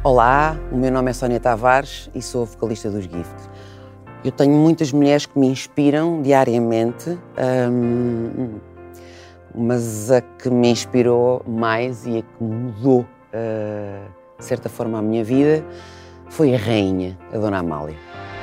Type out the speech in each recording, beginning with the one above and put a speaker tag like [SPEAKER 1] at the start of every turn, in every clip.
[SPEAKER 1] Olá, o meu nome é Sónia Tavares e sou vocalista dos Gift. Eu tenho muitas mulheres que me inspiram diariamente, mas a que me inspirou mais e a que mudou, de certa forma, a minha vida foi a rainha, a Dona Amália.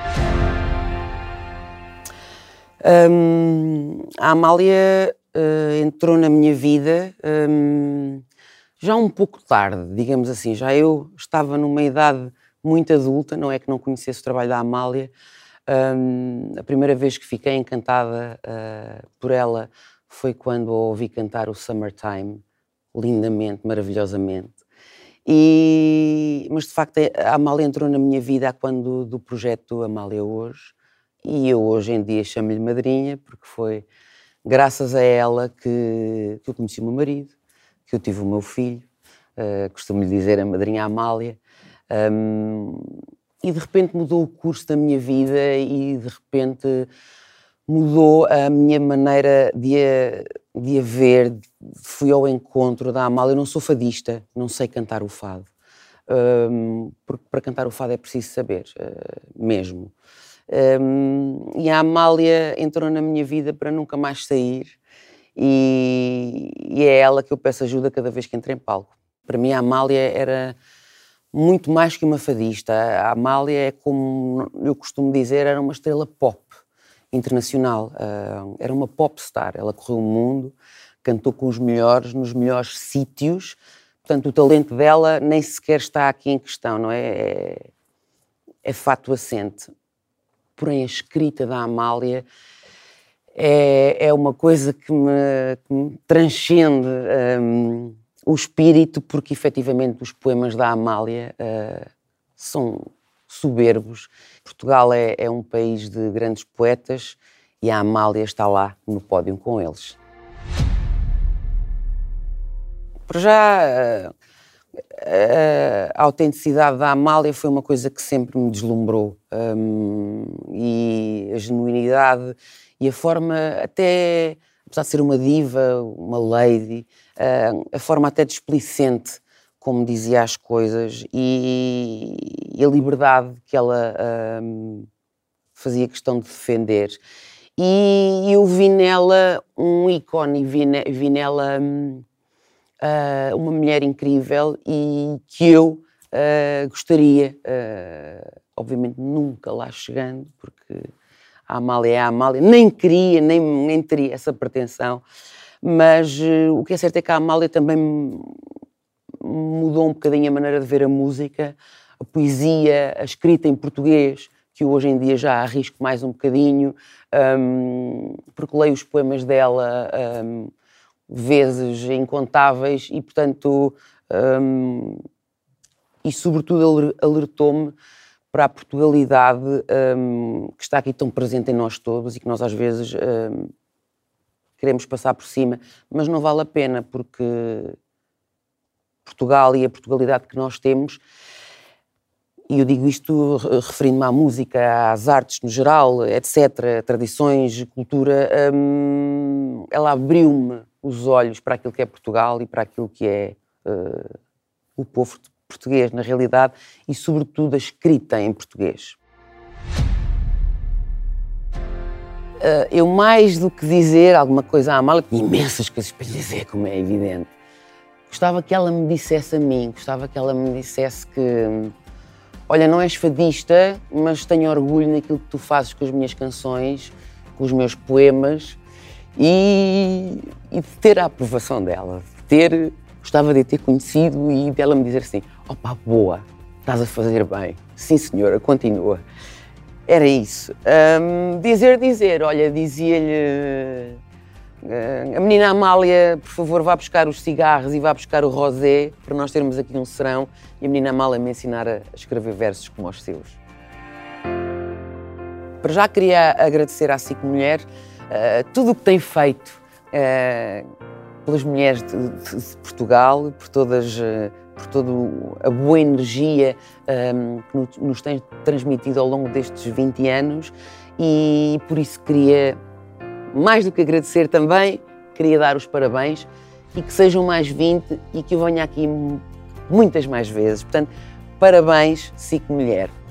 [SPEAKER 1] A Amália entrou na minha vida já um pouco tarde, digamos assim. Já eu estava numa idade muito adulta, não é que não conhecesse o trabalho da Amália. A primeira vez que fiquei encantada por ela foi quando a ouvi cantar o Summertime, lindamente, maravilhosamente. Mas de facto a Amália entrou na minha vida quando do projeto Amália Hoje, e eu hoje em dia chamo-lhe madrinha, porque foi graças a ela que eu conheci o meu marido, que eu tive o meu filho, costumo-lhe dizer a madrinha Amália, e de repente mudou o curso da minha vida e de repente mudou a minha maneira de a ver. Fui ao encontro da Amália. Eu não sou fadista, não sei cantar o fado, porque para cantar o fado é preciso saber, mesmo. E a Amália entrou na minha vida para nunca mais sair e é ela que eu peço ajuda cada vez que entro em palco. Para mim a Amália era muito mais que uma fadista. A Amália é, como eu costumo dizer, era uma estrela pop internacional, era uma popstar. Ela correu o mundo, cantou com os melhores, nos melhores sítios. Portanto, o talento dela nem sequer está aqui em questão, não é? É fato assente. Porém, a escrita da Amália é uma coisa que me transcende o espírito, porque efetivamente os poemas da Amália são soberbos. Portugal é um país de grandes poetas e a Amália está lá no pódio com eles. Por já, a autenticidade da Amália foi uma coisa que sempre me deslumbrou, e a genuinidade e a forma, até, apesar de ser uma diva, uma lady, a forma até displicente como dizia as coisas e a liberdade que ela fazia questão de defender. E eu vi nela um ícone, vi nela uma mulher incrível e que eu gostaria, obviamente nunca lá chegando, porque a Amália é a Amália, nem queria, nem teria essa pretensão, mas o que é certo é que a Amália também mudou um bocadinho a maneira de ver a música, a poesia, a escrita em português, que eu hoje em dia já arrisco mais um bocadinho, porque leio os poemas dela vezes incontáveis e, portanto, e sobretudo alertou-me para a Portugalidade que está aqui tão presente em nós todos e que nós às vezes queremos passar por cima, mas não vale a pena, porque Portugal e a Portugalidade que nós temos, e eu digo isto referindo-me à música, às artes no geral, etc., tradições, cultura, ela abriu-me os olhos para aquilo que é Portugal e para aquilo que é o povo português, na realidade, e sobretudo a escrita em português. Eu, mais do que dizer alguma coisa à Amália, tinha imensas coisas para lhe dizer, como é evidente. Gostava que ela me dissesse a mim, gostava que ela me dissesse que, olha, não és fadista, mas tenho orgulho naquilo que tu fazes com as minhas canções, com os meus poemas, e de ter a aprovação dela, gostava de a ter conhecido e dela me dizer assim, opá, boa, estás a fazer bem, sim senhora, continua. Era isso. Olha, dizia-lhe, a menina Amália, por favor, vá buscar os cigarros e vá buscar o rosé, para nós termos aqui um serão, e a menina Amália me ensinar a escrever versos como os seus. Para já queria agradecer à SIC Mulher tudo o que tem feito pelas mulheres de Portugal, por toda a boa energia que nos tem transmitido ao longo destes 20 anos, e por isso queria, mais do que agradecer também, queria dar os parabéns e que sejam mais 20 e que eu venha aqui muitas mais vezes. Portanto, Parabéns, SIC Mulher.